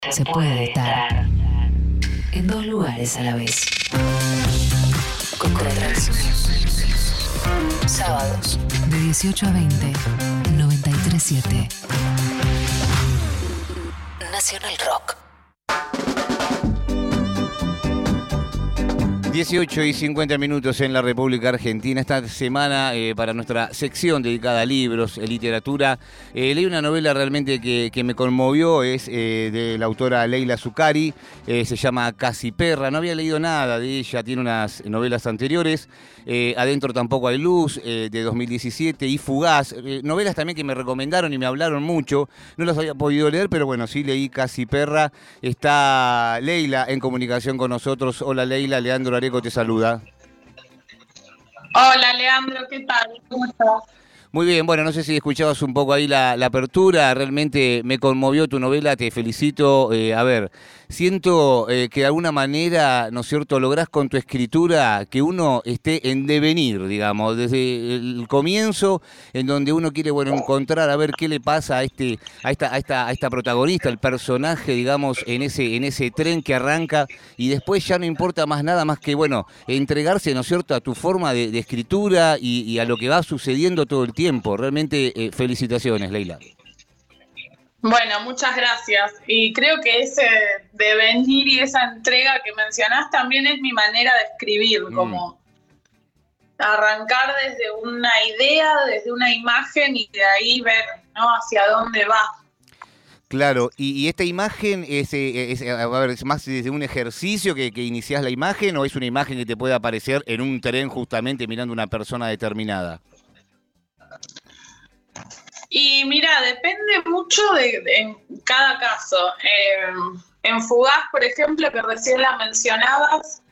Se puede estar en dos lugares a la vez. Con Contracción. Sábados de 18 a 20, 93.7. Nacional Rock. 18:50 en la República Argentina. Esta semana, para nuestra sección dedicada a libros, literatura, leí una novela realmente que me conmovió. Es de la autora Leila Zucari. Se llama Casi Perra. No había leído nada de ella. Tiene unas novelas anteriores. Adentro tampoco hay luz, de 2017. Y Fugaz. Novelas también que me recomendaron y me hablaron mucho. No las había podido leer, pero bueno, sí leí Casi Perra. Está Leila en comunicación con nosotros. Hola Leila, Leandro Areco te saluda. Hola Leandro, ¿qué tal? ¿Cómo estás? Muy bien, bueno, no sé si escuchabas un poco ahí la apertura, realmente me conmovió tu novela, te felicito. A ver, siento que de alguna manera, ¿no es cierto?, lográs con tu escritura que uno esté en devenir, digamos, desde el comienzo, en donde uno quiere, bueno, encontrar, a ver qué le pasa a esta protagonista, el personaje, digamos, en ese tren que arranca, y después ya no importa más nada más que, bueno, entregarse, ¿no es cierto?, a tu forma de escritura y a lo que va sucediendo todo el tiempo. Realmente felicitaciones, Leila. Bueno, muchas gracias. Y creo que ese devenir y esa entrega que mencionás también es mi manera de escribir, como arrancar desde una idea, desde una imagen y de ahí ver, ¿no?, hacia dónde va. Claro, y esta imagen a ver, ¿es más desde un ejercicio que iniciás la imagen o es una imagen que te puede aparecer en un tren justamente mirando a una persona determinada? Y mira, depende mucho en cada caso. En Fugaz, por ejemplo, que recién la mencionabas,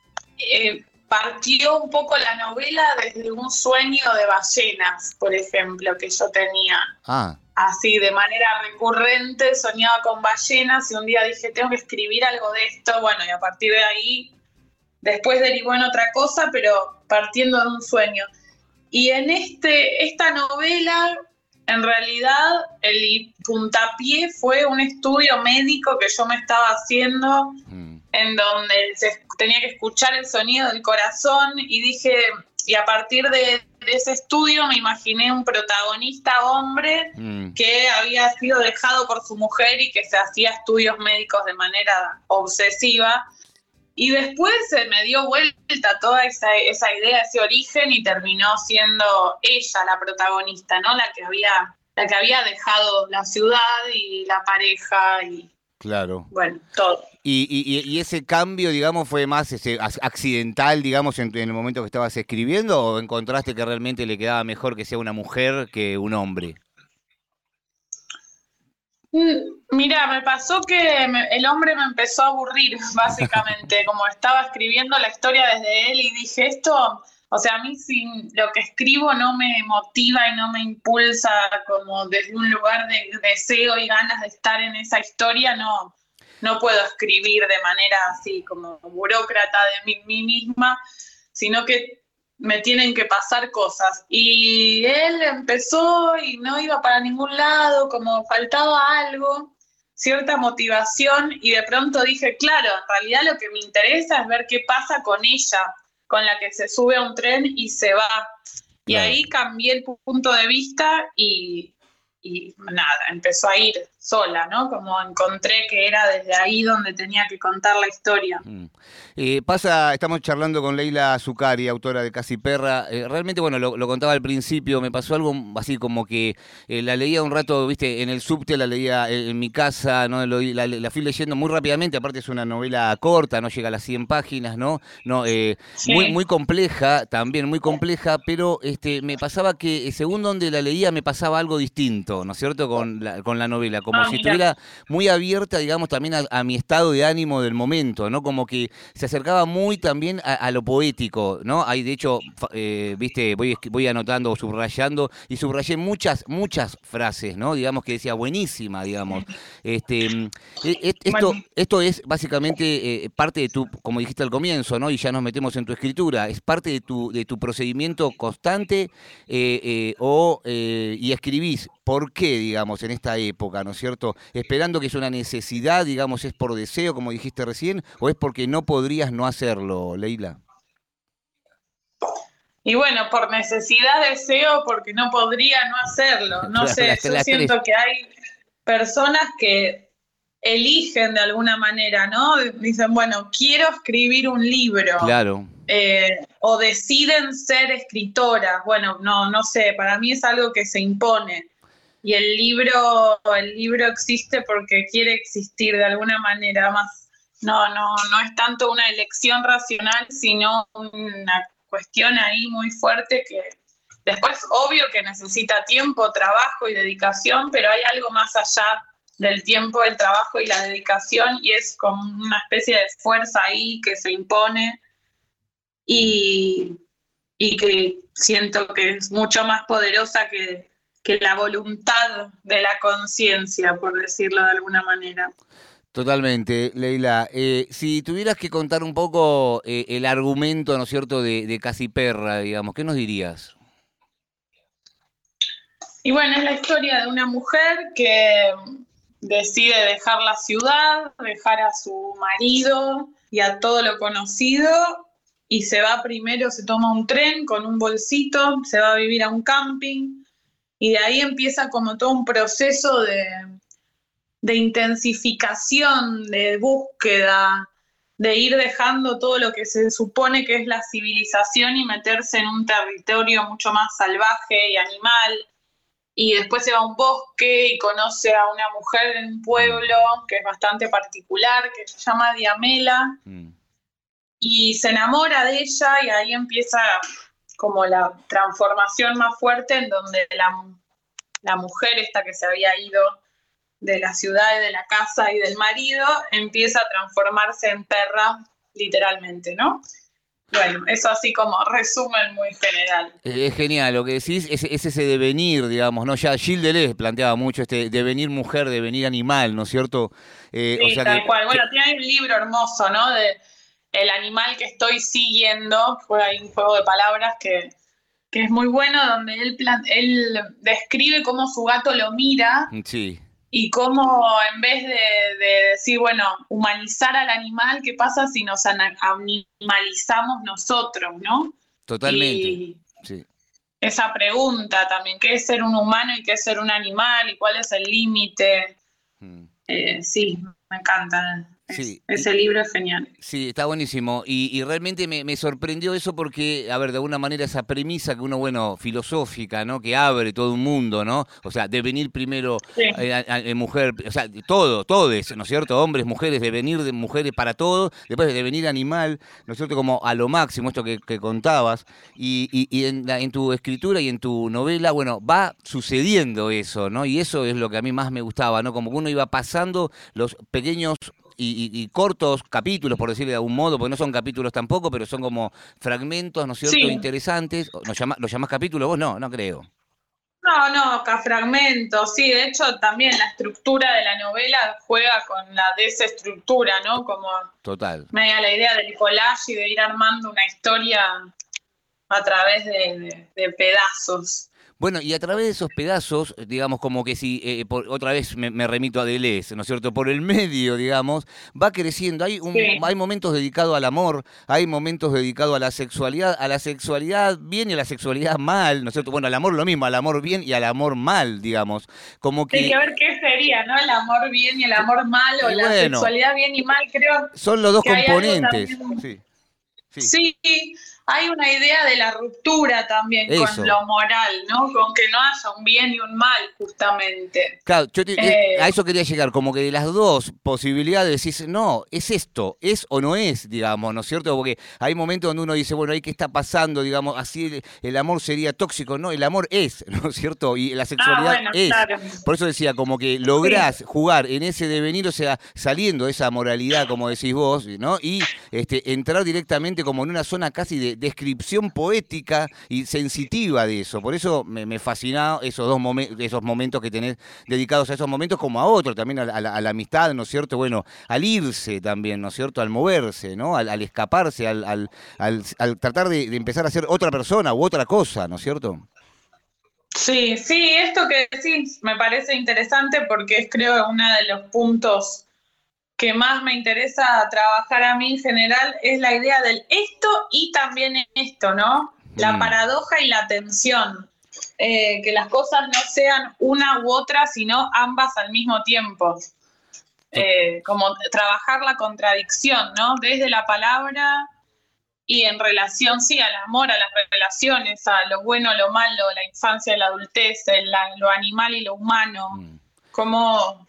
partió un poco la novela desde un sueño de ballenas, por ejemplo, que yo tenía. Así, de manera recurrente, soñaba con ballenas y un día dije, tengo que escribir algo de esto. Bueno, y a partir de ahí, después derivó en otra cosa, pero partiendo de un sueño. Y en esta novela, en realidad, el puntapié fue un estudio médico que yo me estaba haciendo, en donde se tenía que escuchar el sonido del corazón, y dije, y a partir de ese estudio me imaginé un protagonista hombre que había sido dejado por su mujer y que se hacía estudios médicos de manera obsesiva. Y después se me dio vuelta toda esa idea, ese origen, y terminó siendo ella la protagonista, ¿no? La que había dejado la ciudad y la pareja y... Claro. Bueno, todo. ¿Y ese cambio, digamos, fue más accidental, digamos, en el momento que estabas escribiendo, o encontraste que realmente le quedaba mejor que sea una mujer que un hombre? Mira, me pasó que el hombre me empezó a aburrir, básicamente, como estaba escribiendo la historia desde él y dije, esto, o sea, a mí sin lo que escribo no me motiva y no me impulsa como desde un lugar de deseo y ganas de estar en esa historia, no puedo escribir de manera así como burócrata de mí misma, sino que me tienen que pasar cosas. Y él empezó y no iba para ningún lado, como faltaba algo, cierta motivación, y de pronto dije, claro, en realidad lo que me interesa es ver qué pasa con ella, con la que se sube a un tren y se va. Y ahí cambié el punto de vista y nada, empezó a ir sola, ¿no? Como encontré que era desde ahí donde tenía que contar la historia. Estamos charlando con Leila Zucari, autora de Casi Perra. Realmente, bueno, lo contaba al principio, me pasó algo así como que la leía un rato, viste, en el subte, la leía en mi casa, ¿no? La fui leyendo muy rápidamente, aparte es una novela corta, no llega a las 100 páginas, ¿no? Sí. Muy compleja, también muy compleja, pero me pasaba que según donde la leía me pasaba algo distinto, ¿no es cierto? Con la novela, como si estuviera muy abierta, digamos, también a mi estado de ánimo del momento, ¿no? Como que se acercaba muy también a lo poético, ¿no? Hay, de hecho, viste, voy anotando, subrayando, y subrayé muchas frases, ¿no? Digamos que decía buenísima, digamos. Esto es básicamente parte de tu, como dijiste al comienzo, ¿no? Y ya nos metemos en tu escritura, es parte de tu procedimiento constante y escribís. ¿Por qué, digamos, en esta época, ¿no es es cierto? Esperando que es una necesidad, digamos, es por deseo, como dijiste recién, o es porque no podrías no hacerlo, Leila. Y bueno, por necesidad, deseo, porque no podría no hacerlo. No sé, yo siento que hay personas que eligen de alguna manera, ¿no? Dicen, bueno, quiero escribir un libro. Claro. O deciden ser escritoras. Bueno, no sé, para mí es algo que se impone. Y el libro existe porque quiere existir de alguna manera más. No es tanto una elección racional, sino una cuestión ahí muy fuerte que después obvio que necesita tiempo, trabajo y dedicación, pero hay algo más allá del tiempo, el trabajo y la dedicación, y es como una especie de fuerza ahí que se impone y que siento que es mucho más poderosa que la voluntad de la conciencia, por decirlo de alguna manera. Totalmente, Leila. Si tuvieras que contar un poco el argumento, ¿no es cierto?, de Casiperra, digamos, ¿qué nos dirías? Y bueno, es la historia de una mujer que decide dejar la ciudad, dejar a su marido y a todo lo conocido, y se va primero, se toma un tren con un bolsito, se va a vivir a un camping, y de ahí empieza como todo un proceso de intensificación, de búsqueda, de ir dejando todo lo que se supone que es la civilización y meterse en un territorio mucho más salvaje y animal. Y después se va a un bosque y conoce a una mujer en un pueblo que es bastante particular, que se llama Diamela, y se enamora de ella, y ahí empieza como la transformación más fuerte, en donde la mujer esta que se había ido de la ciudad y de la casa y del marido, empieza a transformarse en perra, literalmente, ¿no? Bueno, eso así como resumen muy general. Es genial, lo que decís es ese devenir, digamos, ¿no? Ya Gilles Deleuze planteaba mucho este devenir mujer, devenir animal, ¿no es cierto? Sí, o sea tal cual. Bueno, tiene un libro hermoso, ¿no? De El animal que estoy siguiendo, fue ahí un juego de palabras que es muy bueno, donde él describe cómo su gato lo mira. Sí. Y cómo en vez de decir, bueno, humanizar al animal, ¿qué pasa si nos animalizamos nosotros, no? Totalmente, y sí. Esa pregunta también, ¿qué es ser un humano y qué es ser un animal? ¿Y cuál es el límite? Sí, me encanta. Sí. Ese libro es genial. Sí, está buenísimo. Y realmente me sorprendió eso porque, a ver, de alguna manera esa premisa que uno, bueno, filosófica, ¿no? Que abre todo un mundo, ¿no? O sea, devenir primero mujer, o sea, todos, ¿no es cierto? Hombres, mujeres, devenir de mujeres para todo, después de devenir animal, ¿no es cierto? Como a lo máximo, esto que contabas. Y en tu escritura y en tu novela, bueno, va sucediendo eso, ¿no? Y eso es lo que a mí más me gustaba, ¿no? Como que uno iba pasando los pequeños y cortos capítulos, por decirlo de algún modo, porque no son capítulos tampoco, pero son como fragmentos, ¿no es cierto?, interesantes. ¿Lo llamás capítulo vos? No creo. No, fragmentos, sí, de hecho también la estructura de la novela juega con la desestructura, ¿no? Como total. Media la idea del collage y de ir armando una historia a través de pedazos. Bueno, y a través de esos pedazos, digamos, como que si, otra vez me remito a Deleuze, ¿no es cierto? Por el medio, digamos, va creciendo. Hay momentos dedicados al amor, hay momentos dedicados a la sexualidad bien y a la sexualidad mal, ¿no es cierto? Bueno, al amor lo mismo, al amor bien y al amor mal, digamos. Como que... Hay que ver qué sería, ¿no? El amor bien y el amor mal, o la sexualidad bien y mal, creo. Son los dos componentes, Sí, hay una idea de la ruptura también con lo moral, ¿no? Con que no haya un bien y un mal, justamente. Claro, a eso quería llegar, como que de las dos posibilidades decís, no, es esto, es o no es, digamos, ¿no es cierto? Porque hay momentos donde uno dice, bueno, ¿qué está pasando? Digamos, así el amor sería tóxico, no, el amor es, ¿no es cierto? Y la sexualidad es. Claro. Por eso decía, como que lográs jugar en ese devenir, o sea, saliendo de esa moralidad, como decís vos, ¿no? Y entrar directamente como en una zona casi de descripción poética y sensitiva de eso. Por eso me fascinó esos momentos que tenés dedicados a esos momentos, como a otros, también a la amistad, ¿no es cierto? Bueno, al irse también, ¿no es cierto? Al moverse, ¿no? Al escaparse, al tratar de empezar a ser otra persona u otra cosa, ¿no es cierto? Sí, sí, esto que decís me parece interesante porque es creo uno de los puntos que más me interesa trabajar a mí en general, es la idea del esto y también esto, ¿no? La paradoja y la tensión. Que las cosas no sean una u otra, sino ambas al mismo tiempo. Como trabajar la contradicción, ¿no? Desde la palabra y en relación, sí, al amor, a las relaciones, a lo bueno, lo malo, la infancia, la adultez, lo animal y lo humano. Como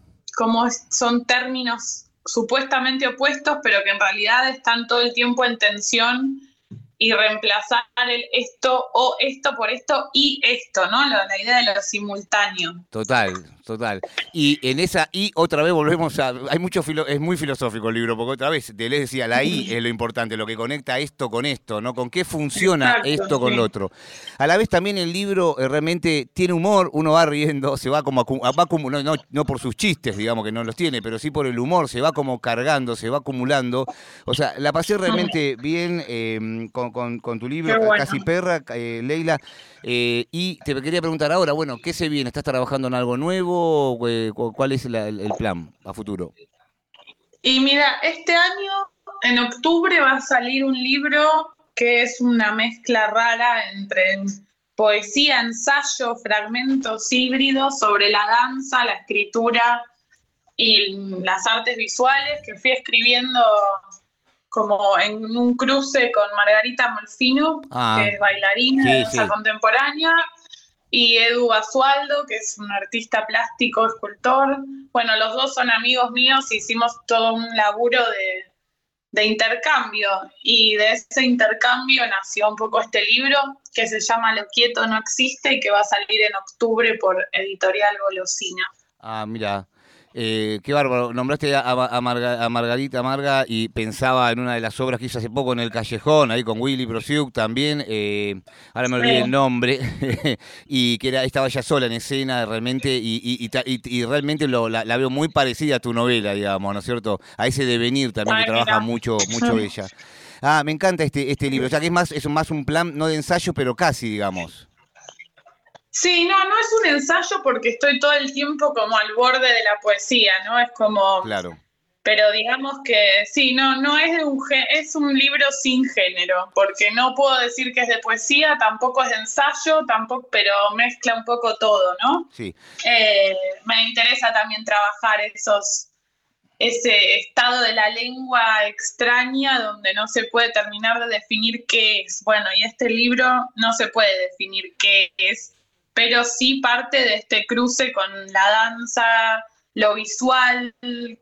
son términos supuestamente opuestos, pero que en realidad están todo el tiempo en tensión, y reemplazar el esto o esto por esto y esto, ¿no? La idea de lo simultáneo. Total. Y en esa I otra vez volvemos a... es muy filosófico el libro, porque otra vez les decía, la I es lo importante, lo que conecta esto con esto, ¿no? Con qué funciona esto con lo otro. A la vez también el libro realmente tiene humor, uno va riendo, se va como no por sus chistes, digamos que no los tiene, pero sí por el humor, se va como cargando, se va acumulando. O sea, la pasé realmente bien con tu libro, bueno. Casi Perra, Leila. Y te quería preguntar ahora, bueno, ¿qué se viene? ¿Estás trabajando en algo nuevo? ¿Cuál es el plan a futuro? Y mira, este año, en octubre, va a salir un libro que es una mezcla rara entre poesía, ensayo, fragmentos híbridos sobre la danza, la escritura y las artes visuales, que fui escribiendo como en un cruce con Margarita Molfino, que es bailarina de danza contemporánea, y Edu Basualdo, que es un artista plástico, escultor. Bueno, los dos son amigos míos, hicimos todo un laburo de intercambio, y de ese intercambio nació un poco este libro, que se llama Lo quieto no existe, y que va a salir en octubre por Editorial Golosina. Mira. Qué bárbaro, nombraste a Margarita Marga y pensaba en una de las obras que hizo hace poco en El Callejón, ahí con Willy Prosiuk también, ahora me olvidé el nombre, y que estaba ella sola en escena realmente, y realmente la veo muy parecida a tu novela, digamos, ¿no es cierto? A ese devenir también que trabaja mucho ella. Me encanta este libro, o sea que es más un plan, no de ensayo, pero casi, digamos. Sí, no es un ensayo porque estoy todo el tiempo como al borde de la poesía, ¿no? Es como... Claro. Pero digamos que sí, no es un libro sin género, porque no puedo decir que es de poesía, tampoco es de ensayo, pero mezcla un poco todo, ¿no? Sí. Me interesa también trabajar ese estado de la lengua extraña donde no se puede terminar de definir qué es. Bueno, y este libro no se puede definir qué es, pero sí parte de este cruce con la danza, lo visual,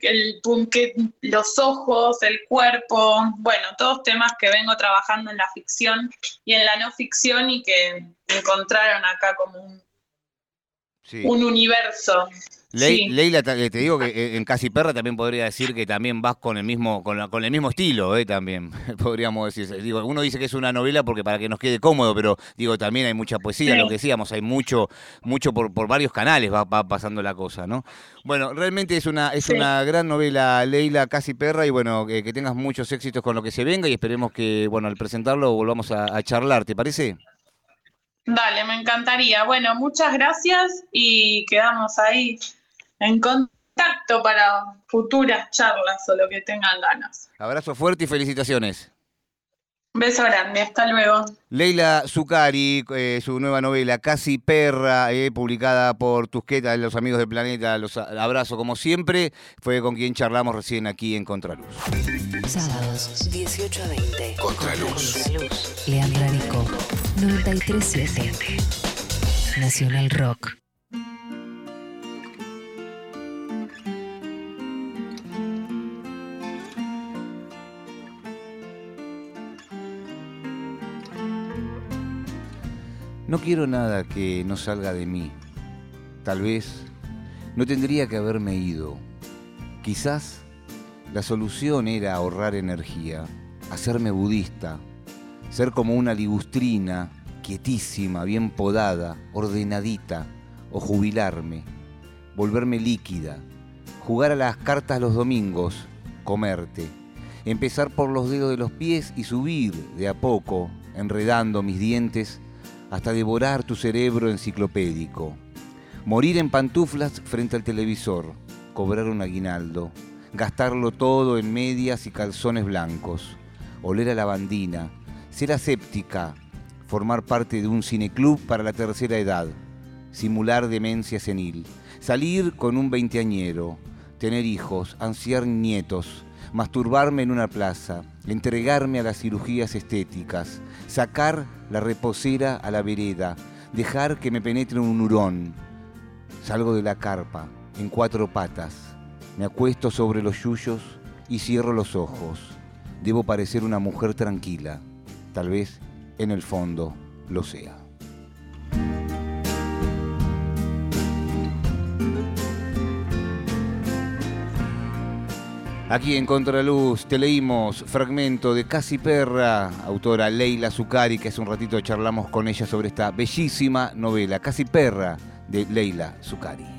los ojos, el cuerpo, bueno, todos temas que vengo trabajando en la ficción y en la no ficción, y que encontraron acá como un universo. Leila, te digo que en Casi Perra también podría decir que también vas con el mismo estilo, también podríamos decir. Digo, uno dice que es una novela porque para que nos quede cómodo, pero digo, también hay mucha poesía, lo que decíamos, hay mucho por varios canales va pasando la cosa, ¿no? Bueno, realmente es una gran novela, Leila, Casi Perra, y bueno, que tengas muchos éxitos con lo que se venga, y esperemos que, bueno, al presentarlo volvamos a charlar, ¿te parece? Dale, me encantaría. Bueno, muchas gracias y quedamos ahí en contacto para futuras charlas o lo que tengan ganas. Abrazo fuerte y felicitaciones. Beso grande, hasta luego. Leila Zuccari, su nueva novela Casi Perra, publicada por Tusqueta, Los Amigos del Planeta, los abrazo como siempre, fue con quien charlamos recién aquí en Contraluz. Sábados, 18 a 20. Contraluz. Leandro Arico, 93.7. Nacional Rock. No quiero nada que no salga de mí. Tal vez no tendría que haberme ido. Quizás la solución era ahorrar energía, hacerme budista, ser como una ligustrina, quietísima, bien podada, ordenadita, o jubilarme, volverme líquida, jugar a las cartas los domingos, comerte, empezar por los dedos de los pies y subir de a poco, enredando mis dientes, hasta devorar tu cerebro enciclopédico. Morir en pantuflas frente al televisor, cobrar un aguinaldo, gastarlo todo en medias y calzones blancos, oler a lavandina, ser aséptica, formar parte de un cineclub para la tercera edad, simular demencia senil, salir con un veinteañero, tener hijos, ansiar nietos, masturbarme en una plaza, entregarme a las cirugías estéticas, sacar la reposera a la vereda, dejar que me penetre un hurón. Salgo de la carpa, en 4 patas, me acuesto sobre los yuyos y cierro los ojos. Debo parecer una mujer tranquila, tal vez en el fondo lo sea. Aquí en Contraluz te leímos fragmento de Casi Perra, autora Leila Zucari, que hace un ratito charlamos con ella sobre esta bellísima novela, Casi Perra, de Leila Zucari.